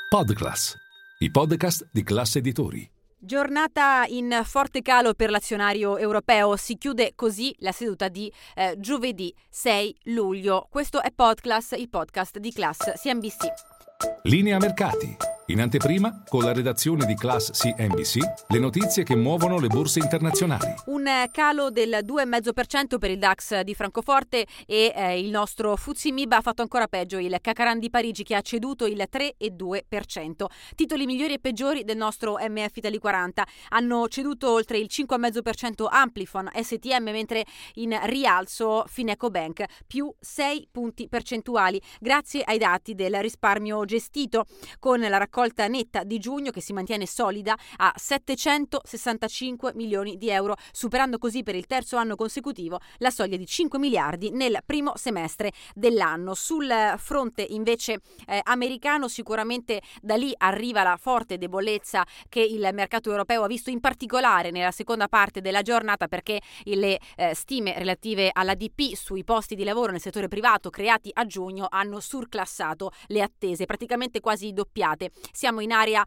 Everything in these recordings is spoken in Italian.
Podclass, i podcast di Class Editori. Giornata in forte calo per l'azionario europeo, si chiude così la seduta di giovedì 6 luglio. Questo è Podclass, il podcast di Class CNBC. Linea mercati. In anteprima, con la redazione di Class CNBC, le notizie che muovono le borse internazionali. Un calo del 2,5% per il DAX di Francoforte e il nostro FTSE MIB ha fatto ancora peggio, il CAC di Parigi che ha ceduto il 3,2%. Titoli migliori e peggiori del nostro MF Italy 40 hanno ceduto oltre il 5,5% Amplifon, STM, mentre in rialzo FinecoBank più 6 punti percentuali grazie ai dati del risparmio gestito, con la raccolta netta di giugno che si mantiene solida a 765 milioni di euro, superando così per il terzo anno consecutivo la soglia di 5 miliardi nel primo semestre dell'anno. Sul fronte invece americano, sicuramente da lì arriva la forte debolezza che il mercato europeo ha visto in particolare nella seconda parte della giornata, perché le stime relative all'ADP sui posti di lavoro nel settore privato creati a giugno hanno surclassato le attese, praticamente quasi doppiate. Siamo in area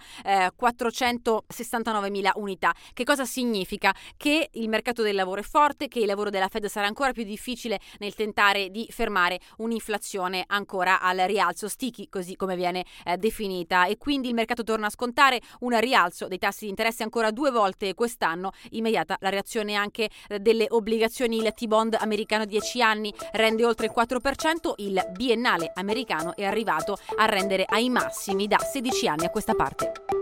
469.000 unità. Che cosa significa? Che il mercato del lavoro è forte, che il lavoro della Fed sarà ancora più difficile nel tentare di fermare un'inflazione ancora al rialzo, sticky così come viene definita, e quindi il mercato torna a scontare un rialzo dei tassi di interesse ancora 2 volte quest'anno. Immediata la reazione anche delle obbligazioni, il T-bond americano 10 anni rende oltre il 4%, il biennale americano è arrivato a rendere ai massimi da 16 anni a questa parte.